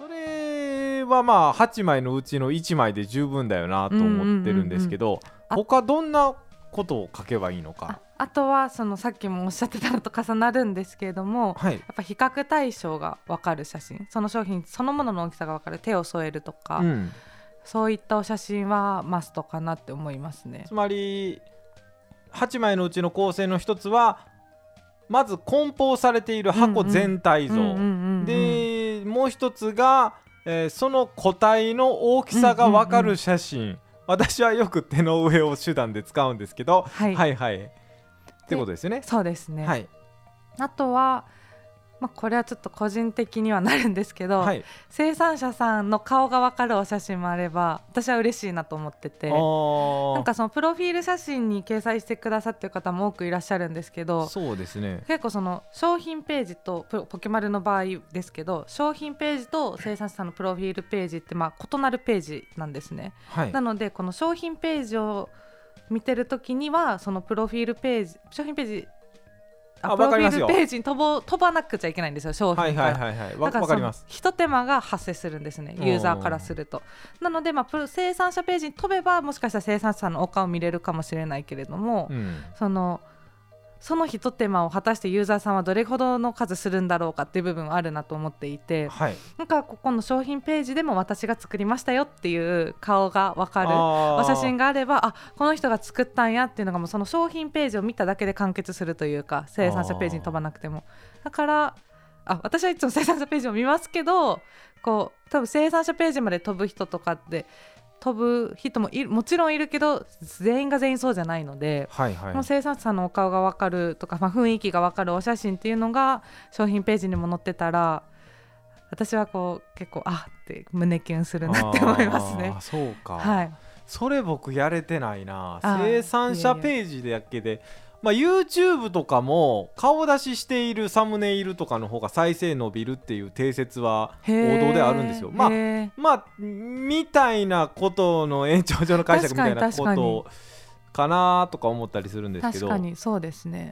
れはまあ8枚のうちの1枚で十分だよなと思ってるんですけど、他どんなことを書けばいいのか。 あとはそのさっきもおっしゃってたのと重なるんですけれども、 はい、 やっぱ比較対象が分かる写真、その商品そのものの大きさが分かる、手を添えるとか、そういったお写真はマストかなって思いますね。 つまり8枚のうちの構成の一つはまず梱包されている箱全体像で、もう一つが、その個体の大きさが分かる写真、私はよく手の上を手段で使うんですけど、はいはいってことですよね。 そうですね、 はい、 あとは、これはちょっと個人的にはなるんですけど、はい、生産者さんの顔が分かるお写真もあれば私は嬉しいなと思ってて、なんかそのプロフィール写真に掲載してくださってる方も多くいらっしゃるんですけど、 そうですね、 結構その商品ページとポケマルの場合ですけど、商品ページと生産者さんのプロフィールページって異なるページなんですね、はい、なのでこの商品ページを見てるときにはそのプロフィールページ、商品ページプロフィールページに飛ばなくちゃいけないんですよ、商品から。だからその一手間が発生するんですね、ユーザーからすると。なので、生産者ページに飛べばもしかしたら生産者さんのお顔見れるかもしれないけれども、その一手間を果たしてユーザーさんはどれほどの数するんだろうかっていう部分はあるなと思っていて、はい、なんかここの商品ページでも私が作りましたよっていう顔が分かるお写真があれば、この人が作ったんやっていうのがもうその商品ページを見ただけで完結するというか、生産者ページに飛ばなくても。だから私はいつも生産者ページを見ますけど、多分生産者ページまで飛ぶ人とかって飛ぶ人ももちろんいるけど全員が全員そうじゃないので、もう生産者さんのお顔が分かるとか、雰囲気が分かるお写真っていうのが商品ページにも載ってたら、私は結構って胸キュンするなって思いますね。 そうか、 はい、 それ僕やれてないな。生産者ページだけでYouTube とかも顔出ししているサムネイルとかの方が再生伸びるっていう定説は王道であるんですよ。みたいなことの延長上の解釈みたいなことかなとか思ったりするんですけど、 確かにそうですね。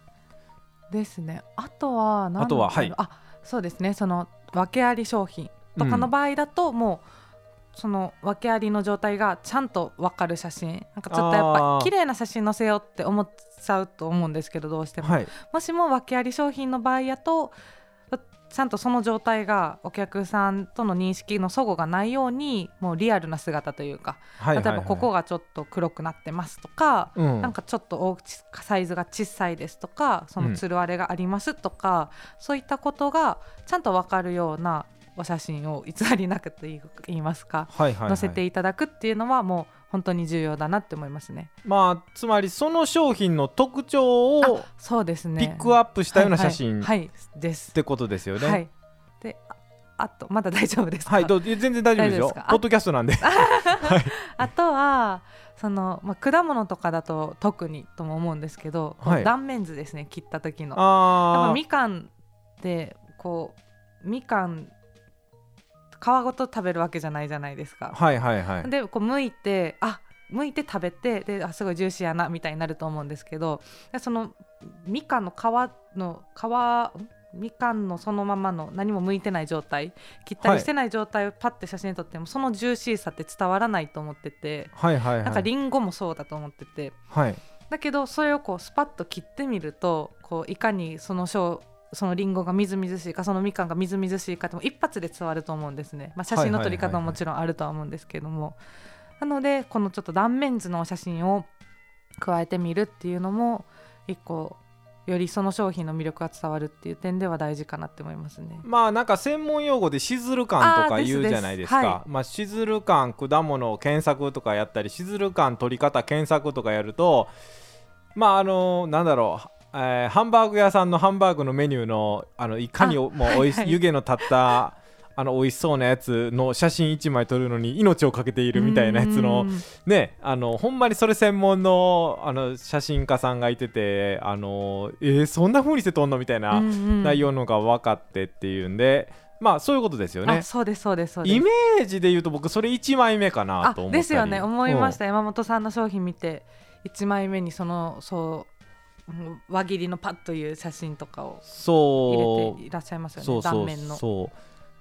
あとはそうですね、その訳あり商品とかの場合だと、もうその訳ありの状態がちゃんと分かる写真、なんかちょっとやっぱ綺麗な写真載せようって思っちゃうと思うんですけど、どうしても、もしも訳あり商品の場合やとちゃんとその状態がお客さんとの認識の齟齬がないように、もうリアルな姿というか、例えばここがちょっと黒くなってますとか、なんかちょっとサイズが小さいですとか、そのつる割れがありますとか、そういったことがちゃんと分かるようなお写真を偽りなくと言いますか、載せていただくっていうのはもう本当に重要だなって思いますね。 つまりその商品の特徴をそうですね、 ピックアップしたような写真ですってことですよね。 はい、であとまだ大丈夫ですか？ はい、全然大丈夫ですよ。ポッドキャストなんであとはその、果物とかだと特にとも思うんですけど、断面図ですね、切った時の。やっぱみかんってみかん皮ごと食べるわけじゃないじゃないですか。で剥いて食べて、ですごいジューシーやなみたいになると思うんですけど、そのみかんのみかんのそのままの何も剥いてない状態、切ったりしてない状態をパッて写真に撮っても、そのジューシーさって伝わらないと思ってて、なんかリンゴもそうだと思ってて、だけどそれをスパッと切ってみると、いかにそのリンゴがみずみずしいか、そのみかんがみずみずしいかっても一発で伝わると思うんですね。写真の撮り方ももちろんあるとは思うんですけども、なのでこのちょっと断面図のお写真を加えてみるっていうのも一個よりその商品の魅力が伝わるっていう点では大事かなって思いますね。 なんか専門用語でシズル感とか言うじゃないですか。シズル感果物検索とかやったり、シズル感取り方検索とかやると、なんだろう、ハンバーグ屋さんのハンバーグのメニューのいかにもおいし湯気の立った美味しそうなやつの写真1枚撮るのに命をかけているみたいなやつのね、ほんまにそれ専門の写真家さんがいてて、そんな風にして撮んのみたいな内容のが分かってっていうんで、そういうことですよね。 そうですイメージで言うと僕それ1枚目かなと思ったりですよね、思いました。山本さんの商品見て1枚目に輪切りのパッという写真とかを入れていらっしゃいますよね。断面の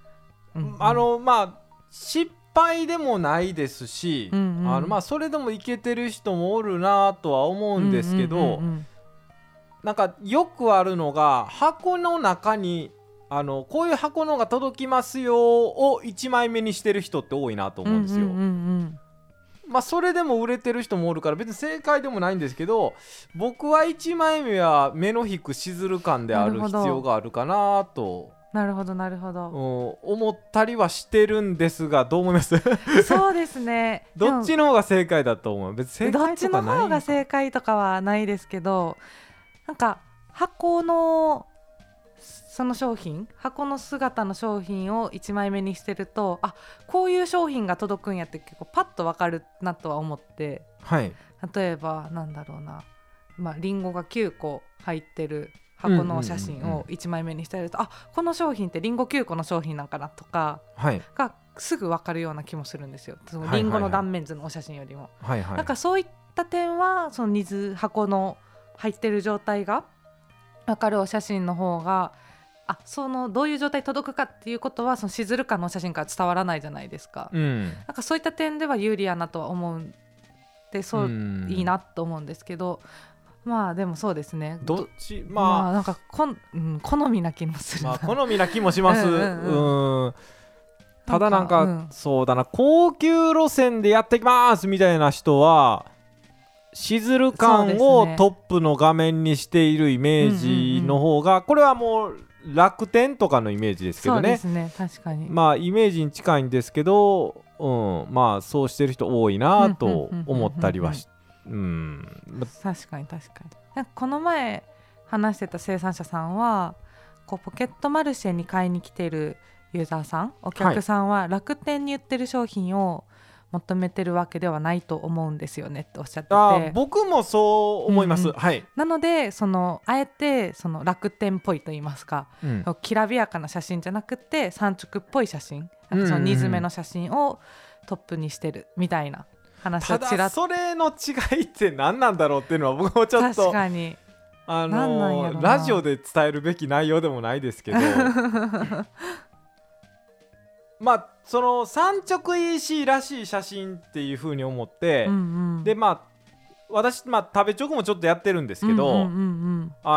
まあ失敗でもないですし、まあそれでもいけてる人もおるなとは思うんですけど、なんかよくあるのが箱の中にこういう箱のが届きますよを1枚目にしてる人って多いなと思うんですよ。まあそれでも売れてる人もおるから別に正解でもないんですけど、僕は1枚目は目の引くシズル感である必要があるかなと。 なるほどなるほど、 思ったりはしてるんですが、どう思いますそうですねどっちの方が正解だと思う？別に正解とかない。 どっちの方が正解とかはないですけど、なんか箱のその商品、箱の姿の商品を1枚目にしてると、あ、こういう商品が届くんやって結構パッと分かるなとは思って、 はい、 例えばなんだろうな、リンゴが9個入ってる箱の写真を1枚目にしてると、あ、この商品ってリンゴ9個の商品なんかなとかがすぐ分かるような気もするんですよ、そのリンゴの断面図のお写真よりも、なんかそういった点はその箱の入ってる状態が分かるお写真の方が、そのどういう状態届くかっていうことはそのシズル感のお写真から伝わらないじゃないですか、なんかそういった点では有利やなとは思うんで、いいなと思うんですけど、まあでもそうですね、 どっちなんか好みな気もするな、 好みな気もしますただなんか、そうだな、高級路線でやってきますみたいな人はシズル感をトップの画面にしているイメージの方が、これはもう楽天とかのイメージですけどね。 そうですね、確かに。 まあイメージに近いんですけど、まあそうしてる人多いなと思ったりはし、 確かになんかこの前話してた生産者さんは、こうポケットマルシェに買いに来てるユーザーさん、お客さんは楽天に売ってる商品を求めてるわけではないと思うんですよねっておっしゃってて、 僕もそう思います、 なのであえてその楽天っぽいと言いますか、きらびやかな写真じゃなくて産直っぽい写真、なんかその2詰めの写真をトップにしてるみたいな話をちらっと。 ただそれの違いって何なんだろうっていうのは僕もちょっと確かにラジオで伝えるべき内容でもないですけどまあその産直 EC らしい写真っていう風に思って、で私食べ直もちょっとやってるんですけど、食べ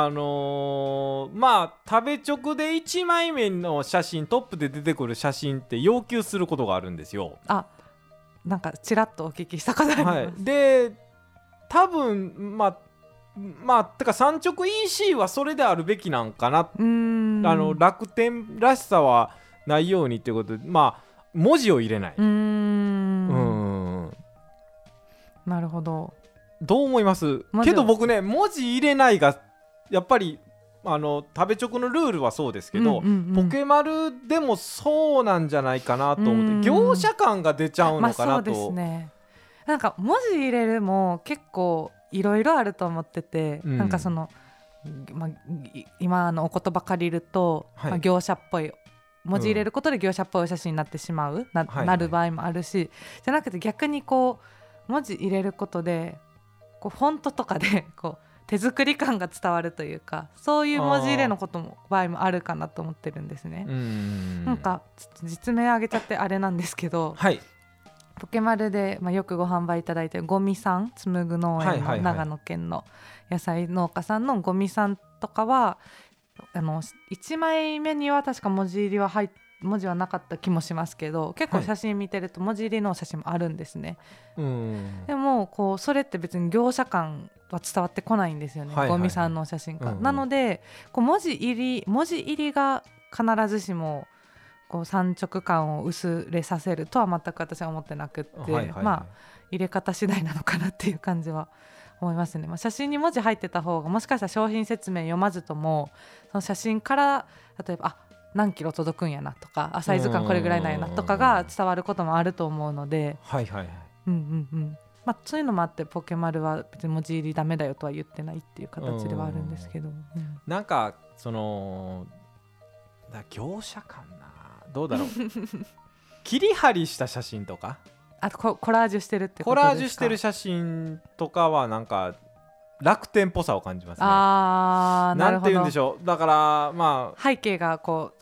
直で1枚目の写真、トップで出てくる写真って要求することがあるんですよ。 なんかちらっとお聞きしたことあります、 で多分てか産直 EC はそれであるべきなんかな、楽天らしさはないようにっていうことで、文字を入れない。 なるほど。 どう思います？けど僕ね、文字入れないがやっぱり食べ直のルールはそうですけど、ポケマルでもそうなんじゃないかなと思って、業者感が出ちゃうのかなと。 そうですね。なんか文字入れるも結構いろいろあると思ってて、なんかその、今のお言葉借りると、業者っぽい文字入れることで業者っぽいお写真になってしまう、なる場合もあるし、じゃなくて逆にこう文字入れることでこうフォントとかでこう手作り感が伝わるというか、そういう文字入れのことも場合もあるかなと思ってるんですね。なんかちょっと実名挙げちゃってあれなんですけど、ポケマルで、よくご販売いただいているゴミさん、紡ぐ農園の長野県の野菜農家さんのゴミさんとかは1枚目には確か文字入りは文字はなかった気もしますけど、結構写真見てると文字入りの写真もあるんですね。でもこうそれって別に業者感は伝わってこないんですよね、ゴミさんの写真か、なのでこう文字入りが必ずしもこう産直感を薄れさせるとは全く私は思ってなくって、入れ方次第なのかなっていう感じは思いますね。写真に文字入ってた方がもしかしたら商品説明読まずともその写真から例えば何キロ届くんやなとか、サイズ感これぐらいなんやなとかが伝わることもあると思うので、そういうのもあってポケマルは別に文字入りダメだよとは言ってないっていう形ではあるんですけど、 なんかその業者感な、どうだろう切り張りした写真とか、 あとコラージュしてるってことですか？ コラージュしてる写真とかはなんか楽天っぽさを感じますね。 なるほど。 なんて言うんでしょう、だから背景がこう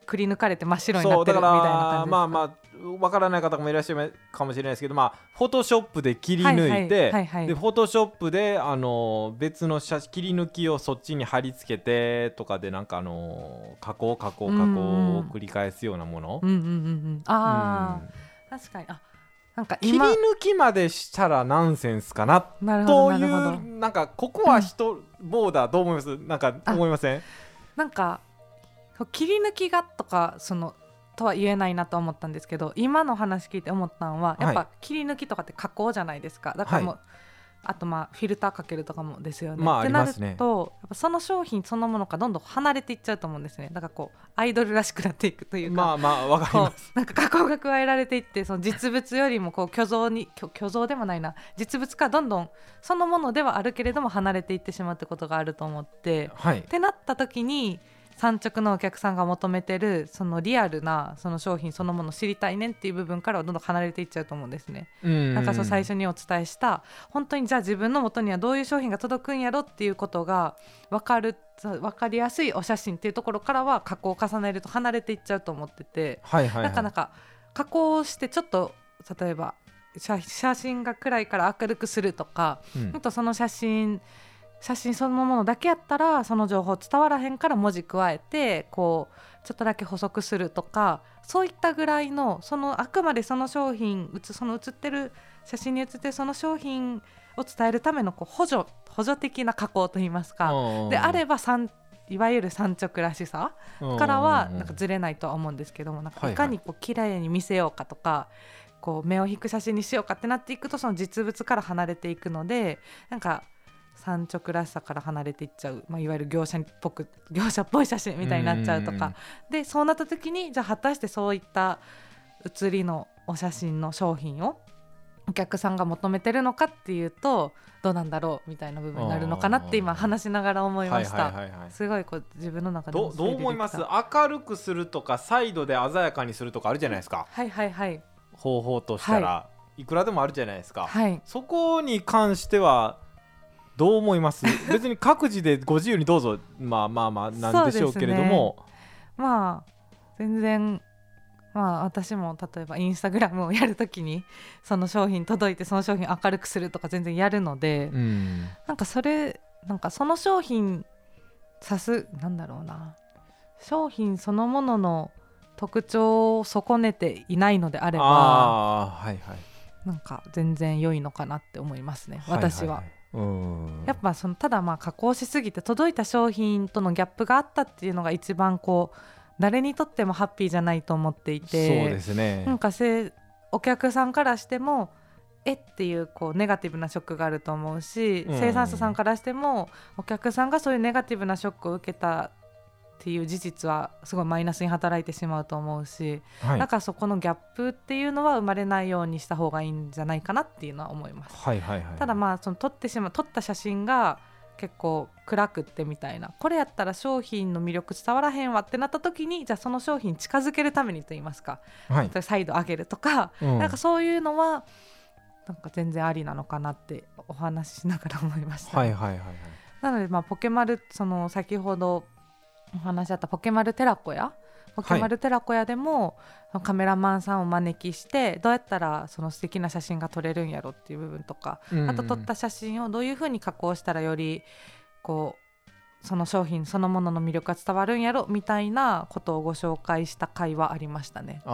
くり抜かれて真っ白になってるみたいな感じですか。 まあまあわからない方もいらっしゃるかもしれないですけど、まあフォトショップで切り抜いて、でフォトショップで別の切り抜きをそっちに貼り付けてとかでなんか加工を繰り返すようなもの。 ああ、確かに。なんか切り抜きまでしたらナンセンスかなという、なんかここはボーダーどう思います？なんか思いません？ なんか切り抜きがとかとは言えないなと思ったんですけど、今の話聞いて思ったのはやっぱ切り抜きとかって加工じゃないですか。だからもう、あとまあフィルターかけるとかもですよね、ってなるとやっぱその商品そのものからどんどん離れていっちゃうと思うんですね。だからこうアイドルらしくなっていくというか、 わかります。 なんか加工が加えられていって、その実物よりもこう虚像でもないな、実物からどんどんそのものではあるけれども離れていってしまうってことがあると思って、ってなった時に産直のお客さんが求めてるそのリアルなその商品そのものを知りたいねんっていう部分からはどんどん離れていっちゃうと思うんですね。なんか最初にお伝えした本当にじゃあ自分の元にはどういう商品が届くんやろっていうことが分かりやすいお写真っていうところからは加工を重ねると離れていっちゃうと思ってて、なかなか加工してちょっと例えば写真が暗いから明るくするとか、あとその写真そのものだけやったらその情報伝わらへんから文字加えてこうちょっとだけ補足するとか、そういったぐらいのあくまでその商品その写ってる写真に写ってるその商品を伝えるためのこう補助的な加工といいますかであればいわゆる産直らしさからはなんかずれないとは思うんですけども、なんかいかにこう綺麗に見せようかとか、こう目を引く写真にしようかってなっていくとその実物から離れていくので、なんか産直らしさから離れていっちゃう、いわゆる業者っぽい写真みたいになっちゃうとかで、そうなった時にじゃあ果たしてそういった写りのお写真の商品をお客さんが求めてるのかっていうとどうなんだろうみたいな部分になるのかなって今話しながら思いました。すごいこう自分の中でもどう思います？明るくするとかサイドで鮮やかにするとかあるじゃないですか。方法としたら、いくらでもあるじゃないですか。そこに関してはどう思います？別に各自でご自由にどうぞなんでしょうけれども、 全然私も例えばインスタグラムをやるときにその商品届いてその商品明るくするとか全然やるので、なんかその商品なんだろうな、商品そのものの特徴を損ねていないのであればなんか全然良いのかなって思いますね、私は。やっぱただ加工しすぎて届いた商品とのギャップがあったっていうのが一番こう誰にとってもハッピーじゃないと思っていて、 そうですね、 なんかお客さんからしてもっていうネガティブなショックがあると思うし、生産者さんからしてもお客さんがそういうネガティブなショックを受けたっていう事実はすごいマイナスに働いてしまうと思うし、だからそこのギャップっていうのは生まれないようにした方がいいんじゃないかなっていうのは思います。ただ撮った写真が結構暗くってみたいな、これやったら商品の魅力伝わらへんわってなった時に、じゃあその商品近づけるためにと言いますか、サイド上げるとか、なんかそういうのはなんか全然ありなのかなってお話ししながら思いました。なのでポケマル先ほどお話あったポケマル寺子屋でも、カメラマンさんを招きしてどうやったらその素敵な写真が撮れるんやろっていう部分とか、あと撮った写真をどういう風に加工したらよりこうその商品そのものの魅力が伝わるんやろみたいなことをご紹介した回はありましたね。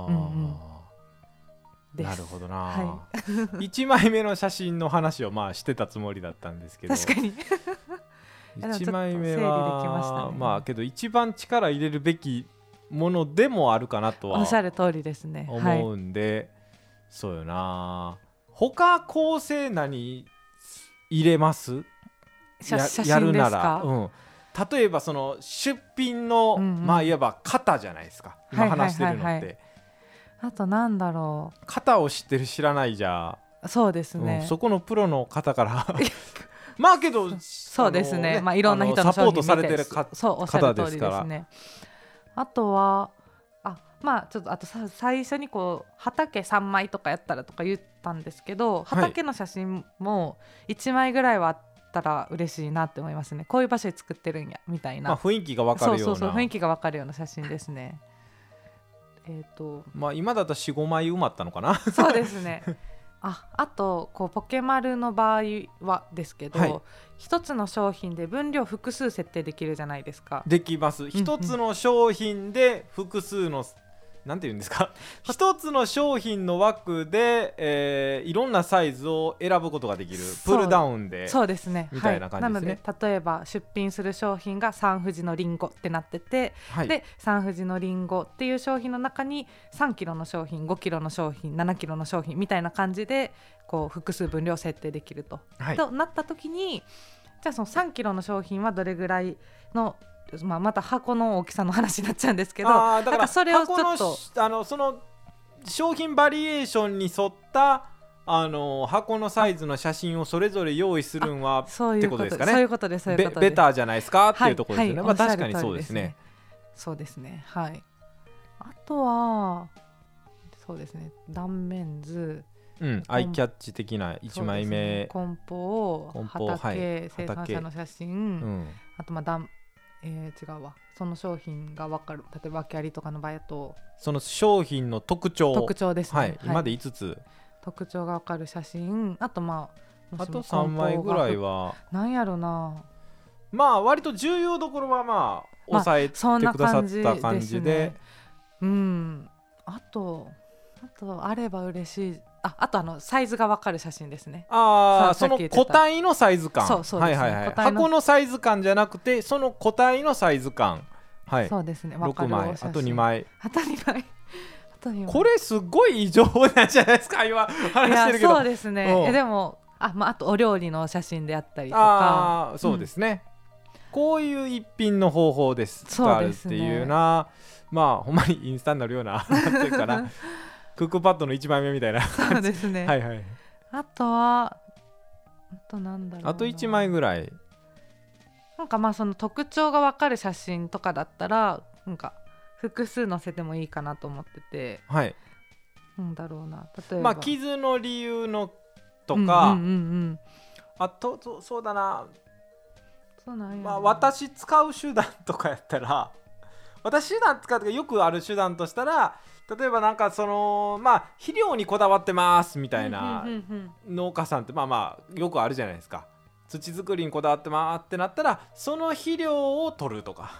なるほどな、1枚目の写真の話をしてたつもりだったんですけど、 確かに 1枚目はけど一番力入れるべきものでもあるかなとはおっしゃる通りですね、 思うんで、そうよな。他構成何入れます？ 写真ですか？ 例えばその出品の、いわば型じゃないですか、今話してるのって、 あとなんだろう、 型を知ってる知らないじゃ、 そうですね、 そこのプロの方からけどそうですね、いろんな人の商品見てサポートされてる方ですから。 あとはちょっとあと最初に畑3枚とかやったらとか言ったんですけど、畑の写真も1枚ぐらいはあっったら嬉しいなって思いますね。こういう場所で作ってるんやみたいな、 雰囲気が分かるような。 そう雰囲気が分かるような写真ですね。 今だと 4,5 枚埋まったのかなそうですね。あとこうポケマルの場合はですけど、一つの商品で分量複数設定できるじゃないですか。 できます。一つの商品で複数のなんていうんですか一つの商品の枠で、いろんなサイズを選ぶことができるプールダウンで。 そうですね、 みたいな感じですね。 なので例えば出品する商品がサンフジのリンゴってなってて、でサンフジのリンゴっていう商品の中に3キロの商品、5キロの商品、7キロの商品みたいな感じでこう複数分量設定できると、となった時に、じゃあその3キロの商品はどれぐらいの、また箱の大きさの話になっちゃうんですけど、 だからそれをちょっとその商品バリエーションに沿った箱のサイズの写真をそれぞれ用意するんはってことですかね。 そういうことです。 ベターじゃないですかっていうところですよね。確かにそうですね。 そうですね。あとはそうですね、断面図、 アイキャッチ的な1枚目、 梱包、畑、生産者の写真、あと違うわ、その商品が分かる、例えば訳ありとかの場合だとその商品の特徴ですね、 今で5つ特徴が分かる写真、あとあと3枚ぐらいはなんやろな、 割と重要どころは抑えてくださった感じで、 あとあれば嬉しい。あとサイズが分かる写真ですね。 その個体のサイズ感、箱のサイズ感じゃなくてその個体のサイズ感、 そうですね、分かる 6枚、あと2枚、これすごい異常なんじゃないですか今話してるけど。 そうですね。でもあとお料理の写真であったりとか、 そうですね、こういう一品の方法ですがあるっていうな、ほんまにインスタになるようなっていうかなクックパッドの1枚目みたいな。 そうですね。あとなんだろうな、 あと1枚ぐらい、 なんかその特徴が分かる写真とかだったらなんか複数載せてもいいかなと思ってて、なんだろうな、例えば傷の理由のとか、あとそうだな、私使う手段とかやったら、私手段使うとかよくある手段としたら、例えばなんか肥料にこだわってますみたいな農家さんってよくあるじゃないですか。土作りにこだわってますってなったら、その肥料を取るとか。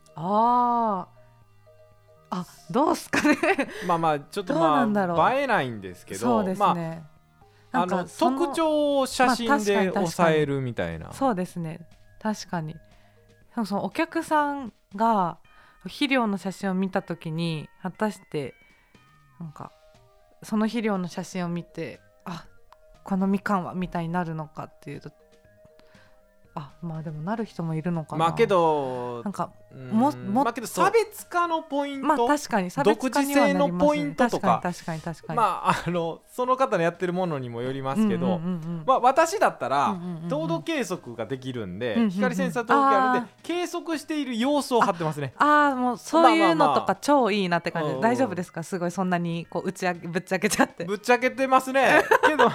どうすかねちょっと映えないんですけど、 そうですね、 特徴を写真で抑えるみたいな。 そうですね、確かに。そのお客さんが肥料の写真を見た時に果たしてなんかその肥料の写真を見てこのみかんはみたいになるのかっていうと、でもなる人もいるのかな。 けどなんかけど差別化のポイント、 確かに差別化にはなりますね。 独自性のポイントとか、 確かにその方のやってるものにもよりますけど、私だったら糖度計測ができるんで、光センサー糖度計あるんで計測している様子を貼ってますね。 もうそういうのとか超いいなって感じ。大丈夫ですか？すごいそんなにこうぶっちゃけちゃって。 ぶっちゃけてますね。けど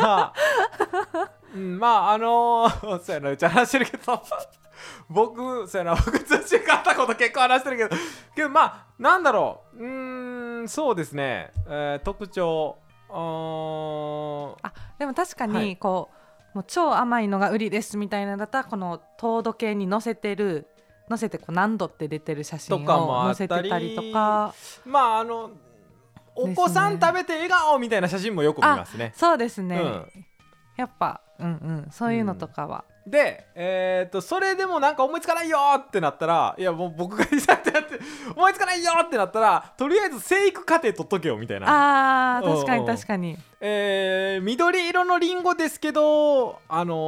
そうやな、うち話してるけど僕通知買ったこと結構話してるけどなんだろう、そうですね、特徴、 でも確かにもう超甘いのが売りですみたいなのだったら、この糖度計に載せてこう何度って出てる写真を載せてたりとか、 お子さん食べて笑顔みたいな写真もよく見ますね。 そうですね、やっぱそういうのとかは、 で、それでもなんか思いつかないよってなったら、いやもう僕がやって思いつかないよってなったら、とりあえず生育過程取っとけよみたいな。 確かに、 緑色のリンゴですけど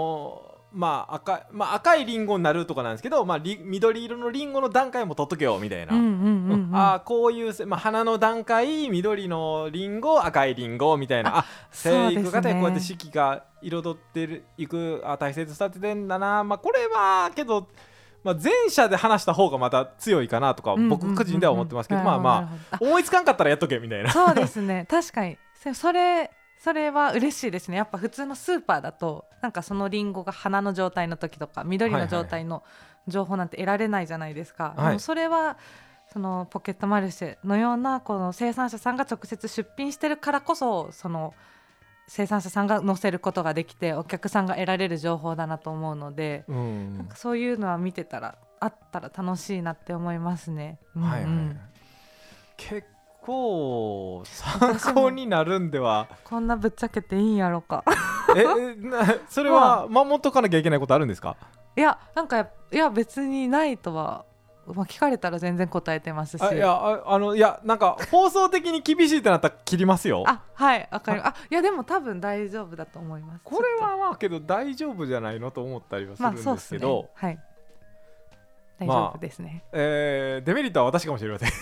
赤いリンゴになるとかなんですけど、緑色のリンゴの段階も取っとけよみたいな。こういう、花の段階緑のリンゴ赤いリンゴみたいな、生育過程こうやって四季が彩っていく、大切さっててんだな。これはけど、前者で話した方がまた強いかなとか僕個人では思ってますけど、思いつかんかったらやっとけみたいな。 そうですね、確かにそれそれは嬉しいですね。やっぱ普通のスーパーだとなんかそのリンゴが花の状態の時とか緑の状態の情報なんて得られないじゃないですか、でもそれはそのポケットマルシェのようなこの生産者さんが直接出品してるからこそ、その生産者さんが載せることができてお客さんが得られる情報だなと思うので、なんかそういうのは見てたらあったら楽しいなって思いますね。 結構参考になるんでは。こんなぶっちゃけていいんやろかそれは守っとかなきゃいけないことあるんですか？ いやなんか別にないとは、聞かれたら全然答えてますし、 いやなんか放送的に厳しいってなったら切りますよ。 はいわかります。いやでも多分大丈夫だと思います。 これはまあけど大丈夫じゃないのと思ったりはするんですけど、 はい大丈夫ですね。 デメリットは私かもしれませんい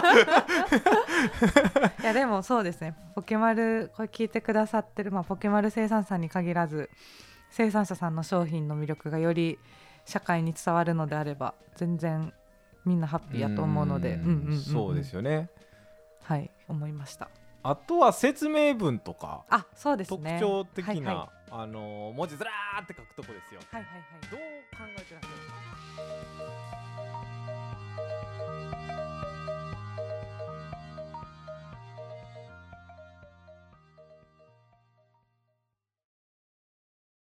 やでもそうですね、ポケマルこれ聞いてくださってる、ポケマル生産者に限らず生産者さんの商品の魅力がより社会に伝わるのであれば全然みんなハッピーやと思うので、 そうですよね。 はい思いました。 あとは説明文とか、 そうですね、 特徴的な、文字ずらーって書くとこですよ。どう考